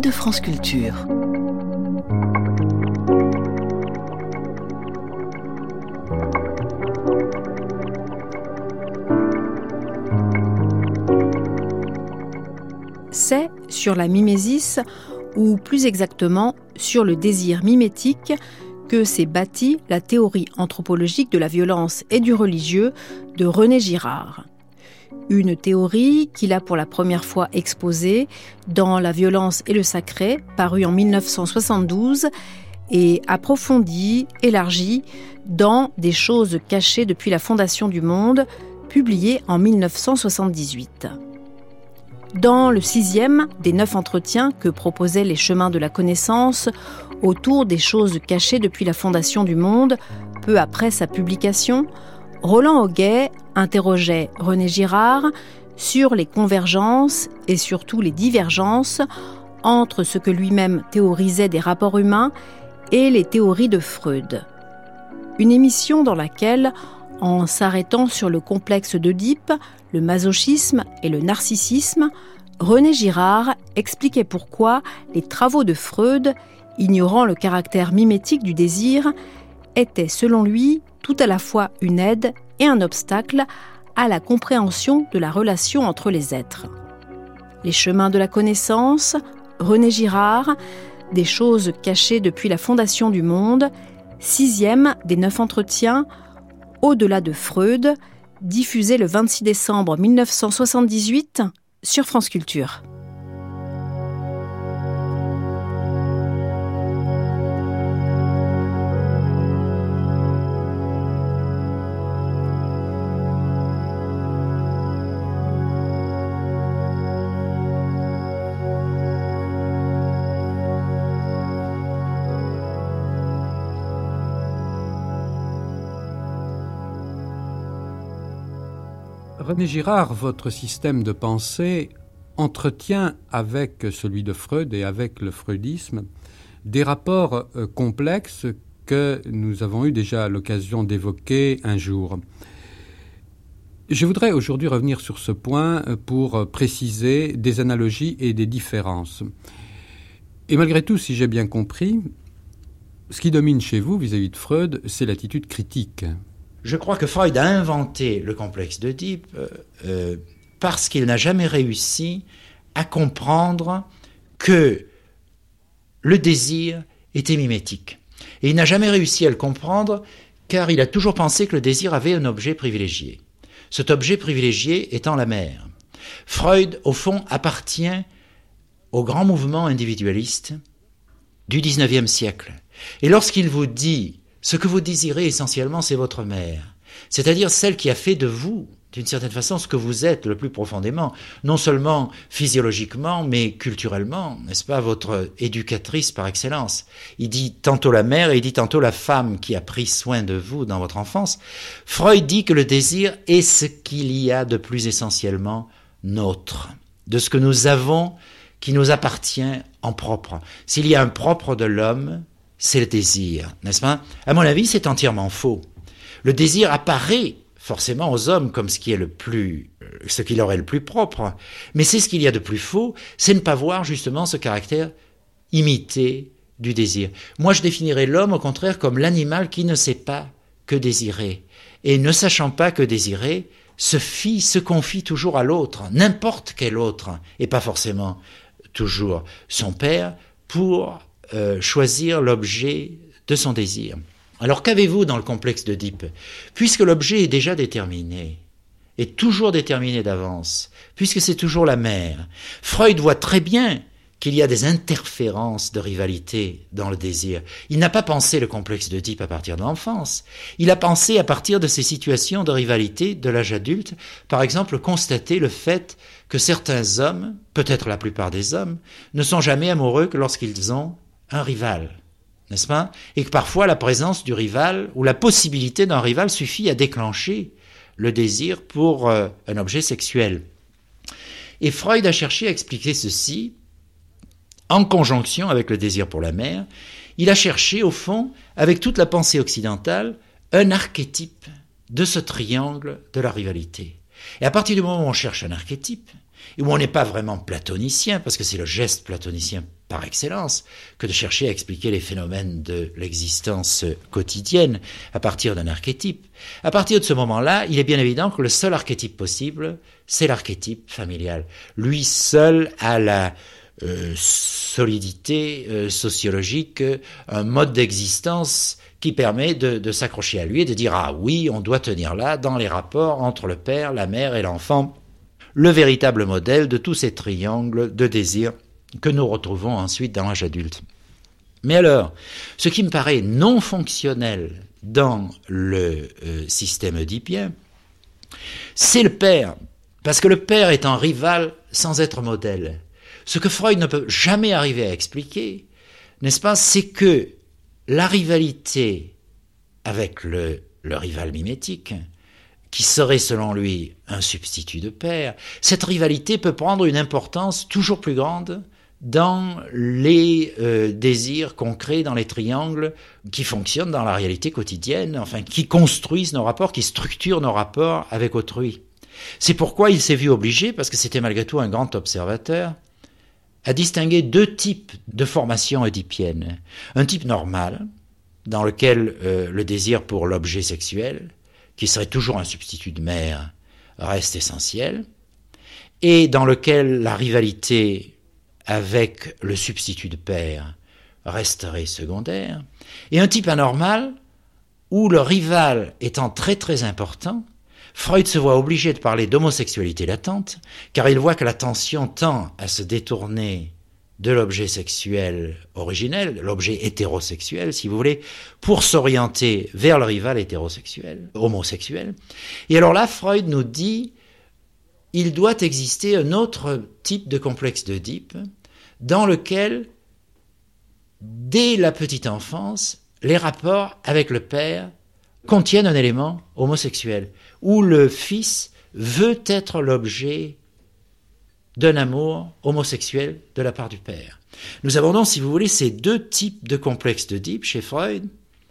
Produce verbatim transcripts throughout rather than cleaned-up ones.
de France Culture. C'est sur la mimésis, ou plus exactement sur le désir mimétique, que s'est bâtie la théorie anthropologique de la violence et du religieux de René Girard. Une théorie qu'il a pour la première fois exposée dans La violence et le sacré, paru en dix-neuf cent soixante-douze, et approfondie, élargie dans Des choses cachées depuis la fondation du monde, publié en dix-neuf cent soixante-dix-huit. Dans le sixième des neuf entretiens que proposaient les chemins de la connaissance autour des choses cachées depuis la fondation du monde, peu après sa publication, Roland Hoguet interrogeait René Girard sur les convergences et surtout les divergences entre ce que lui-même théorisait des rapports humains et les théories de Freud. Une émission dans laquelle, en s'arrêtant sur le complexe d'Œdipe, le masochisme et le narcissisme, René Girard expliquait pourquoi les travaux de Freud, ignorant le caractère mimétique du désir, étaient selon lui tout à la fois une aide et un obstacle à la compréhension de la relation entre les êtres. Les chemins de la connaissance, René Girard, Des choses cachées depuis la fondation du monde, sixième des neuf entretiens, Au-delà de Freud, diffusé le vingt-six décembre dix-neuf cent soixante-dix-huit sur France Culture. René Girard, votre système de pensée entretient avec celui de Freud et avec le freudisme des rapports euh, complexes que nous avons eu déjà l'occasion d'évoquer un jour. Je voudrais aujourd'hui revenir sur ce point pour préciser des analogies et des différences. Et malgré tout, si j'ai bien compris, ce qui domine chez vous vis-à-vis de Freud, c'est l'attitude critique. Je crois que Freud a inventé le complexe d'Œdipe euh, euh, parce qu'il n'a jamais réussi à comprendre que le désir était mimétique. Et il n'a jamais réussi à le comprendre car il a toujours pensé que le désir avait un objet privilégié. Cet objet privilégié étant la mère. Freud, au fond, appartient au grand mouvement individualiste du dix-neuvième siècle. Et lorsqu'il vous dit ce que vous désirez essentiellement, c'est votre mère, c'est-à-dire celle qui a fait de vous, d'une certaine façon, ce que vous êtes le plus profondément, non seulement physiologiquement, mais culturellement, n'est-ce pas, votre éducatrice par excellence. Il dit tantôt la mère et il dit tantôt la femme qui a pris soin de vous dans votre enfance. Freud dit que le désir est ce qu'il y a de plus essentiellement nôtre, de ce que nous avons qui nous appartient en propre. S'il y a un propre de l'homme, c'est le désir, n'est-ce pas? À mon avis, c'est entièrement faux. Le désir apparaît forcément aux hommes comme ce qui est le plus, ce qui leur est le plus propre. Mais c'est ce qu'il y a de plus faux, c'est ne pas voir justement ce caractère imité du désir. Moi, je définirais l'homme au contraire comme l'animal qui ne sait pas que désirer. Et ne sachant pas que désirer, se fie, se confie toujours à l'autre, n'importe quel autre, et pas forcément toujours son père, pour Euh, choisir l'objet de son désir. Alors qu'avez-vous dans le complexe d'Œdipe? Puisque l'objet est déjà déterminé, est toujours déterminé d'avance, puisque c'est toujours la mère, Freud voit très bien qu'il y a des interférences de rivalité dans le désir. Il n'a pas pensé le complexe d'Œdipe à partir de l'enfance, il a pensé à partir de ces situations de rivalité de l'âge adulte, par exemple constater le fait que certains hommes, peut-être la plupart des hommes, ne sont jamais amoureux que lorsqu'ils ont un rival, n'est-ce pas? Et que parfois la présence du rival ou la possibilité d'un rival suffit à déclencher le désir pour euh, un objet sexuel. Et Freud a cherché à expliquer ceci en conjonction avec le désir pour la mère. Il a cherché, au fond, avec toute la pensée occidentale, un archétype de ce triangle de la rivalité. Et à partir du moment où on cherche un archétype, et où on n'est pas vraiment platonicien, parce que c'est le geste platonicien par excellence que de chercher à expliquer les phénomènes de l'existence quotidienne à partir d'un archétype. À partir de ce moment-là, il est bien évident que le seul archétype possible, c'est l'archétype familial. Lui seul a la euh, solidité euh, sociologique, un mode d'existence qui permet de, de s'accrocher à lui et de dire « Ah oui, on doit tenir là dans les rapports entre le père, la mère et l'enfant ». Le véritable modèle de tous ces triangles de désir que nous retrouvons ensuite dans l'âge adulte. Mais alors, ce qui me paraît non fonctionnel dans le euh, système oedipien, c'est le père, parce que le père est un rival sans être modèle. Ce que Freud ne peut jamais arriver à expliquer, n'est-ce pas, c'est que la rivalité avec le, le rival mimétique, qui serait selon lui un substitut de père, cette rivalité peut prendre une importance toujours plus grande dans les euh, désirs concrets, dans les triangles qui fonctionnent dans la réalité quotidienne, enfin qui construisent nos rapports, qui structurent nos rapports avec autrui. C'est pourquoi il s'est vu obligé, parce que c'était malgré tout un grand observateur, à distinguer deux types de formation oedipienne. Un type normal, dans lequel euh, le désir pour l'objet sexuel, qui serait toujours un substitut de mère, reste essentiel, et dans lequel la rivalité avec le substitut de père resterait secondaire, et un type anormal, où le rival étant très très important, Freud se voit obligé de parler d'homosexualité latente, car il voit que la tension tend à se détourner de l'objet sexuel originel, l'objet hétérosexuel, si vous voulez, pour s'orienter vers le rival hétérosexuel, homosexuel. Et alors là, Freud nous dit, il doit exister un autre type de complexe d'Oedipe, dans lequel, dès la petite enfance, les rapports avec le père contiennent un élément homosexuel, où le fils veut être l'objet d'un amour homosexuel de la part du père. Nous avons donc, si vous voulez, ces deux types de complexes d'Oedipe chez Freud,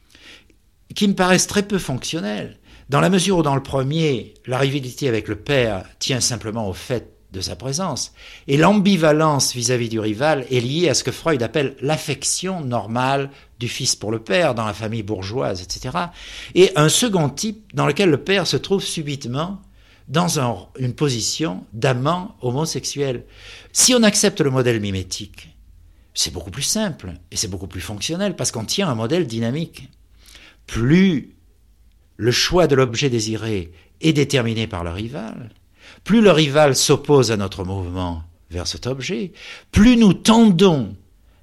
qui me paraissent très peu fonctionnels, dans la mesure où dans le premier, la rivalité avec le père tient simplement au fait de sa présence, et l'ambivalence vis-à-vis du rival est liée à ce que Freud appelle l'affection normale du fils pour le père dans la famille bourgeoise, et cetera. Et un second type dans lequel le père se trouve subitement dans un, une position d'amant homosexuel. Si on accepte le modèle mimétique, c'est beaucoup plus simple et c'est beaucoup plus fonctionnel parce qu'on tient un modèle dynamique. Plus le choix de l'objet désiré est déterminé par le rival, plus le rival s'oppose à notre mouvement vers cet objet, plus nous tendons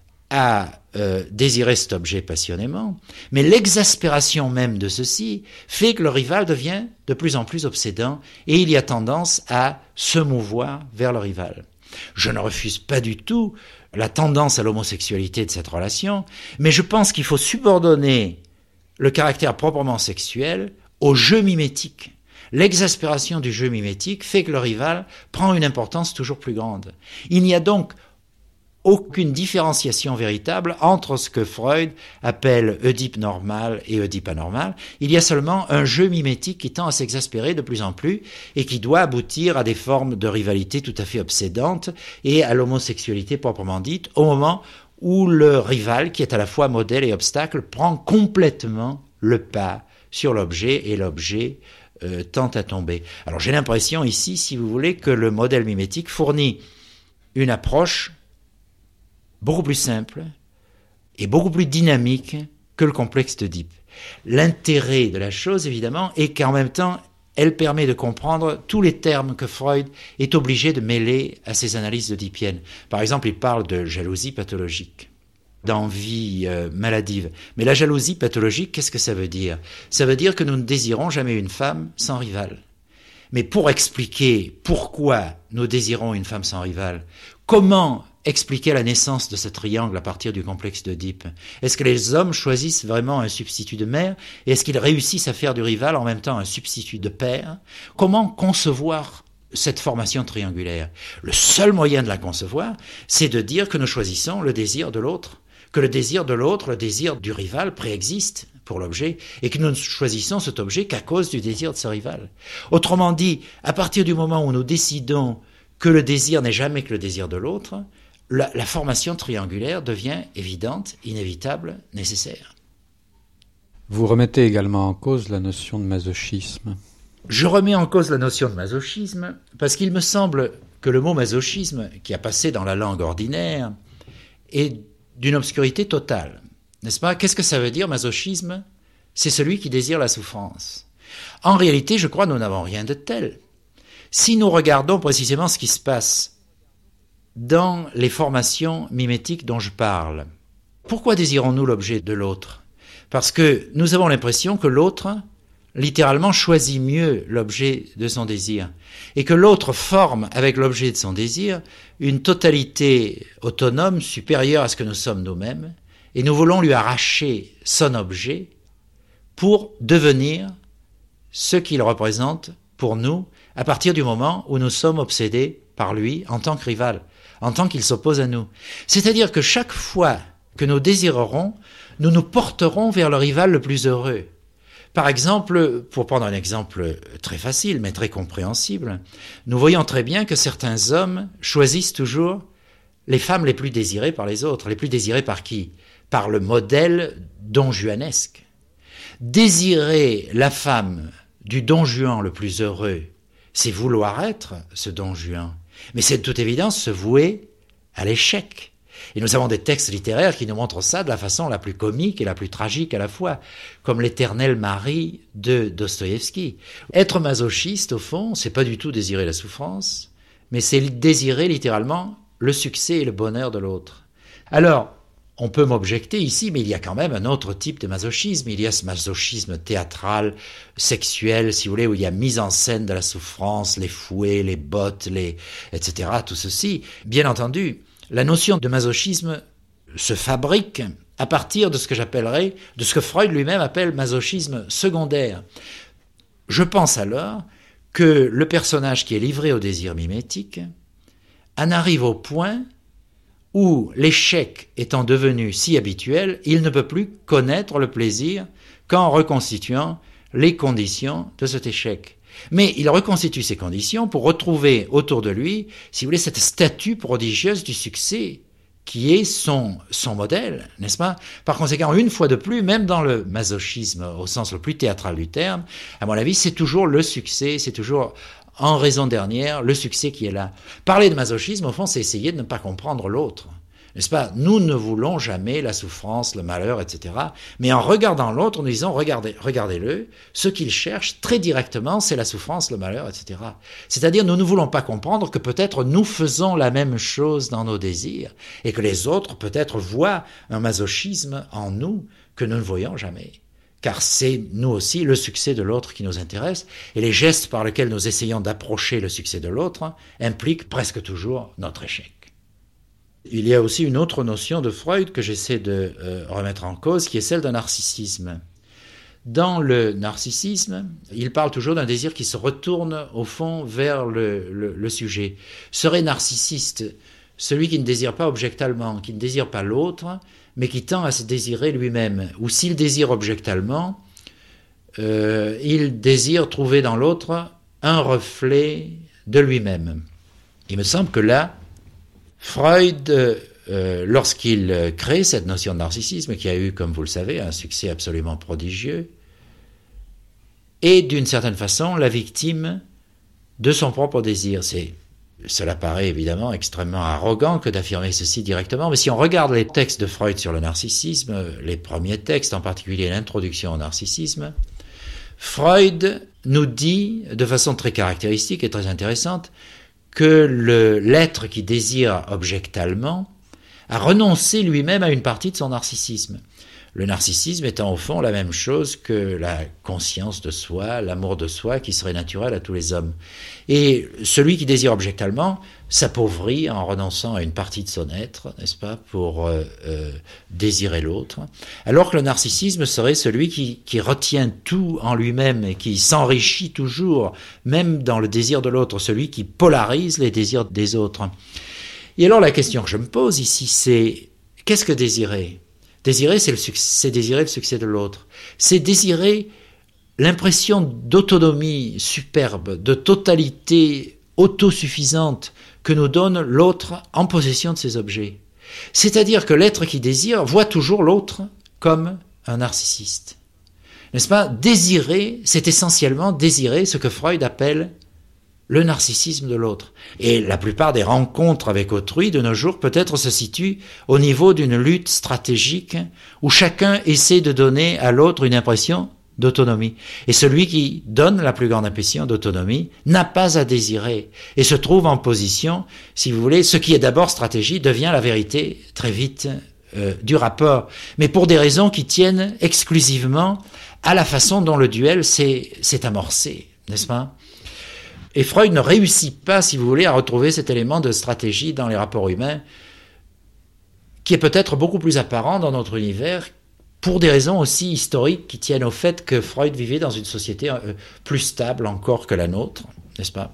à euh, désirer cet objet passionnément, mais l'exaspération même de ceci fait que le rival devient de plus en plus obsédant et il y a tendance à se mouvoir vers le rival. Je ne refuse pas du tout la tendance à l'homosexualité de cette relation, mais je pense qu'il faut subordonner le caractère proprement sexuel au jeu mimétique. L'exaspération du jeu mimétique fait que le rival prend une importance toujours plus grande. Il n'y a donc aucune différenciation véritable entre ce que Freud appelle Oedipe normal et Oedipe anormal. Il y a seulement un jeu mimétique qui tend à s'exaspérer de plus en plus et qui doit aboutir à des formes de rivalité tout à fait obsédantes et à l'homosexualité proprement dite, au moment où le rival, qui est à la fois modèle et obstacle, prend complètement le pas sur l'objet et l'objet euh, tend à tomber. Alors j'ai l'impression ici, si vous voulez, que le modèle mimétique fournit une approche beaucoup plus simple et beaucoup plus dynamique que le complexe d'Oedipe. L'intérêt de la chose, évidemment, est qu'en même temps, elle permet de comprendre tous les termes que Freud est obligé de mêler à ses analyses oedipiennes. Par exemple, il parle de jalousie pathologique, d'envie euh, maladive. Mais la jalousie pathologique, qu'est-ce que ça veut dire ? Ça veut dire que nous ne désirons jamais une femme sans rival. Mais pour expliquer pourquoi nous désirons une femme sans rival, comment expliquer la naissance de ce triangle à partir du complexe d'Oedipe? Est-ce que les hommes choisissent vraiment un substitut de mère et est-ce qu'ils réussissent à faire du rival en même temps un substitut de père? Comment concevoir cette formation triangulaire? Le seul moyen de la concevoir, c'est de dire que nous choisissons le désir de l'autre, que le désir de l'autre, le désir du rival préexiste pour l'objet et que nous ne choisissons cet objet qu'à cause du désir de ce rival. Autrement dit, à partir du moment où nous décidons que le désir n'est jamais que le désir de l'autre, la, la formation triangulaire devient évidente, inévitable, nécessaire. Vous remettez également en cause la notion de masochisme. Je remets en cause la notion de masochisme parce qu'il me semble que le mot masochisme, qui a passé dans la langue ordinaire, est d'une obscurité totale. N'est-ce pas ? Qu'est-ce que ça veut dire, masochisme ? C'est celui qui désire la souffrance. En réalité, je crois, nous n'avons rien de tel. Si nous regardons précisément ce qui se passe dans les formations mimétiques dont je parle, pourquoi désirons-nous l'objet de l'autre ? Parce que nous avons l'impression que l'autre, littéralement, choisit mieux l'objet de son désir, et que l'autre forme avec l'objet de son désir une totalité autonome supérieure à ce que nous sommes nous-mêmes, et nous voulons lui arracher son objet pour devenir ce qu'il représente pour nous à partir du moment où nous sommes obsédés par lui en tant que rival, en tant qu'il s'oppose à nous. C'est-à-dire que chaque fois que nous désirerons, nous nous porterons vers le rival le plus heureux. Par exemple, pour prendre un exemple très facile mais très compréhensible, nous voyons très bien que certains hommes choisissent toujours les femmes les plus désirées par les autres. Les plus désirées par qui ? Par le modèle donjuanesque. Désirer la femme du Don Juan le plus heureux, c'est vouloir être ce Don Juan. Mais c'est de toute évidence se vouer à l'échec. Et nous avons des textes littéraires qui nous montrent ça de la façon la plus comique et la plus tragique à la fois, comme l'Éternel mari de Dostoïevski. Être masochiste, au fond, c'est pas du tout désirer la souffrance, mais c'est désirer littéralement le succès et le bonheur de l'autre. Alors, on peut m'objecter ici, mais il y a quand même un autre type de masochisme. Il y a ce masochisme théâtral, sexuel, si vous voulez, où il y a mise en scène de la souffrance, les fouets, les bottes, les, et cetera, tout ceci. Bien entendu, la notion de masochisme se fabrique à partir de ce que j'appellerais, de ce que Freud lui-même appelle masochisme secondaire. Je pense alors que le personnage qui est livré au désir mimétique en arrive au point où l'échec étant devenu si habituel, il ne peut plus connaître le plaisir qu'en reconstituant les conditions de cet échec. Mais il reconstitue ces conditions pour retrouver autour de lui, si vous voulez, cette statue prodigieuse du succès qui est son, son modèle, n'est-ce pas ? Par conséquent, une fois de plus, même dans le masochisme au sens le plus théâtral du terme, à mon avis, c'est toujours le succès, c'est toujours en raison dernière, le succès qui est là. Parler de masochisme, au fond, c'est essayer de ne pas comprendre l'autre. N'est-ce pas ? Nous ne voulons jamais la souffrance, le malheur, et cetera. Mais en regardant l'autre, nous disons, regardez, regardez-le, ce qu'il cherche très directement, c'est la souffrance, le malheur, et cetera. C'est-à-dire, nous ne voulons pas comprendre que peut-être nous faisons la même chose dans nos désirs, et que les autres peut-être voient un masochisme en nous que nous ne voyons jamais. Car c'est, nous aussi, le succès de l'autre qui nous intéresse, et les gestes par lesquels nous essayons d'approcher le succès de l'autre impliquent presque toujours notre échec. Il y a aussi une autre notion de Freud que j'essaie de euh, remettre en cause, qui est celle d'un narcissisme. Dans le narcissisme, il parle toujours d'un désir qui se retourne, au fond, vers le, le, le sujet. Serait narcissiste celui qui ne désire pas objectalement, qui ne désire pas l'autre, mais qui tend à se désirer lui-même. Ou s'il désire objectalement, euh, il désire trouver dans l'autre un reflet de lui-même. Il me semble que là, Freud, euh, lorsqu'il crée cette notion de narcissisme, qui a eu, comme vous le savez, un succès absolument prodigieux, est d'une certaine façon la victime de son propre désir. C'est Cela paraît évidemment extrêmement arrogant que d'affirmer ceci directement, mais si on regarde les textes de Freud sur le narcissisme, les premiers textes, en particulier l'introduction au narcissisme, Freud nous dit de façon très caractéristique et très intéressante que le, l'être qui désire objectalement a renoncé lui-même à une partie de son narcissisme. Le narcissisme étant au fond la même chose que la conscience de soi, l'amour de soi qui serait naturel à tous les hommes. Et celui qui désire objectalement s'appauvrit en renonçant à une partie de son être, n'est-ce pas, pour euh, euh, désirer l'autre, alors que le narcissisme serait celui qui, qui retient tout en lui-même et qui s'enrichit toujours, même dans le désir de l'autre, celui qui polarise les désirs des autres. Et alors la question que je me pose ici, c'est qu'est-ce que désirer ? Désirer, c'est, le succès, c'est désirer le succès de l'autre. C'est désirer l'impression d'autonomie superbe, de totalité autosuffisante que nous donne l'autre en possession de ces objets. C'est-à-dire que l'être qui désire voit toujours l'autre comme un narcissiste. N'est-ce pas? Désirer, c'est essentiellement désirer ce que Freud appelle le narcissisme de l'autre. Et la plupart des rencontres avec autrui de nos jours peut-être se situent au niveau d'une lutte stratégique où chacun essaie de donner à l'autre une impression d'autonomie. Et celui qui donne la plus grande impression d'autonomie n'a pas à désirer et se trouve en position, si vous voulez, ce qui est d'abord stratégie devient la vérité très vite euh, du rapport, mais pour des raisons qui tiennent exclusivement à la façon dont le duel s'est, s'est amorcé, n'est-ce pas? Et Freud ne réussit pas, si vous voulez, à retrouver cet élément de stratégie dans les rapports humains qui est peut-être beaucoup plus apparent dans notre univers pour des raisons aussi historiques qui tiennent au fait que Freud vivait dans une société plus stable encore que la nôtre, n'est-ce pas?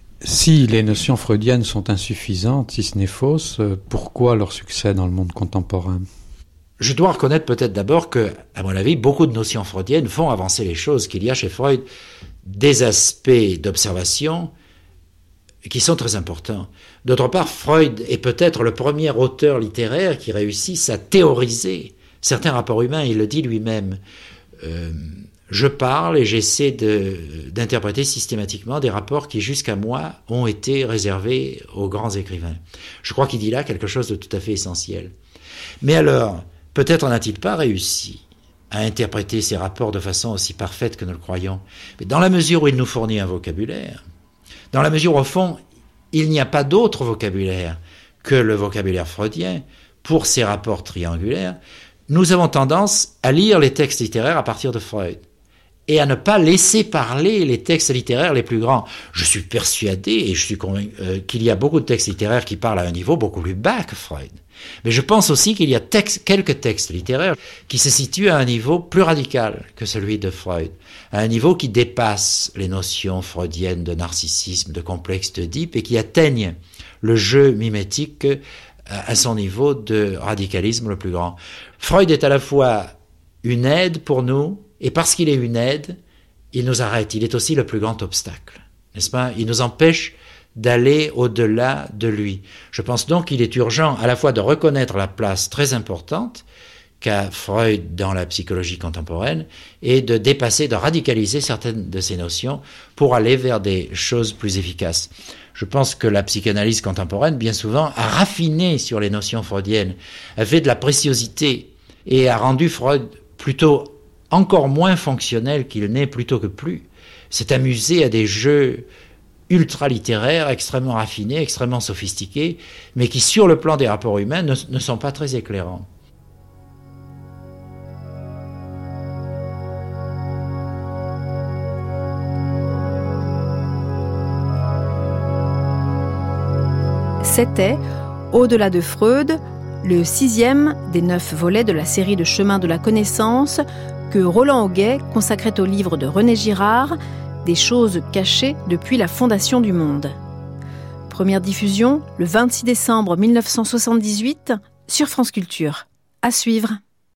Si les notions freudiennes sont insuffisantes, si ce n'est fausses, pourquoi leur succès dans le monde contemporain? Je dois reconnaître peut-être d'abord que, à mon avis, beaucoup de notions freudiennes font avancer les choses, qu'il y a chez Freud des aspects d'observation qui sont très importants. D'autre part, Freud est peut-être le premier auteur littéraire qui réussisse à théoriser certains rapports humains, il le dit lui-même. Euh, je parle et j'essaie de, d'interpréter systématiquement des rapports qui, jusqu'à moi, ont été réservés aux grands écrivains. Je crois qu'il dit là quelque chose de tout à fait essentiel. Mais alors, peut-être n'a-t-il pas réussi à interpréter ces rapports de façon aussi parfaite que nous le croyons. Mais dans la mesure où il nous fournit un vocabulaire, dans la mesure où, au fond, il n'y a pas d'autre vocabulaire que le vocabulaire freudien pour ces rapports triangulaires, nous avons tendance à lire les textes littéraires à partir de Freud et à ne pas laisser parler les textes littéraires les plus grands. Je suis persuadé, et je suis convaincu, euh, qu'il y a beaucoup de textes littéraires qui parlent à un niveau beaucoup plus bas que Freud. Mais je pense aussi qu'il y a texte, quelques textes littéraires qui se situent à un niveau plus radical que celui de Freud, à un niveau qui dépasse les notions freudiennes de narcissisme, de complexe d'Oedipe, et qui atteignent le jeu mimétique à son niveau de radicalisme le plus grand. Freud est à la fois une aide pour nous, et parce qu'il est une aide, il nous arrête. Il est aussi le plus grand obstacle, n'est-ce pas? Il nous empêche d'aller au-delà de lui. Je pense donc qu'il est urgent à la fois de reconnaître la place très importante qu'a Freud dans la psychologie contemporaine et de dépasser, de radicaliser certaines de ces notions pour aller vers des choses plus efficaces. Je pense que la psychanalyse contemporaine, bien souvent, a raffiné sur les notions freudiennes, a fait de la préciosité et a rendu Freud plutôt encore moins fonctionnel qu'il n'est plutôt que plus. S'est amusé à des jeux ultra-littéraires, extrêmement raffinés, extrêmement sophistiqués, mais qui, sur le plan des rapports humains, ne, ne sont pas très éclairants. C'était, Au-delà de Freud, le sixième des neuf volets de la série de Chemins de la connaissance que Roland Auguet consacrait au livre de René Girard, Des choses cachées depuis la fondation du monde. Première diffusion le vingt-six décembre mille neuf cent soixante-dix-huit sur France Culture. À suivre.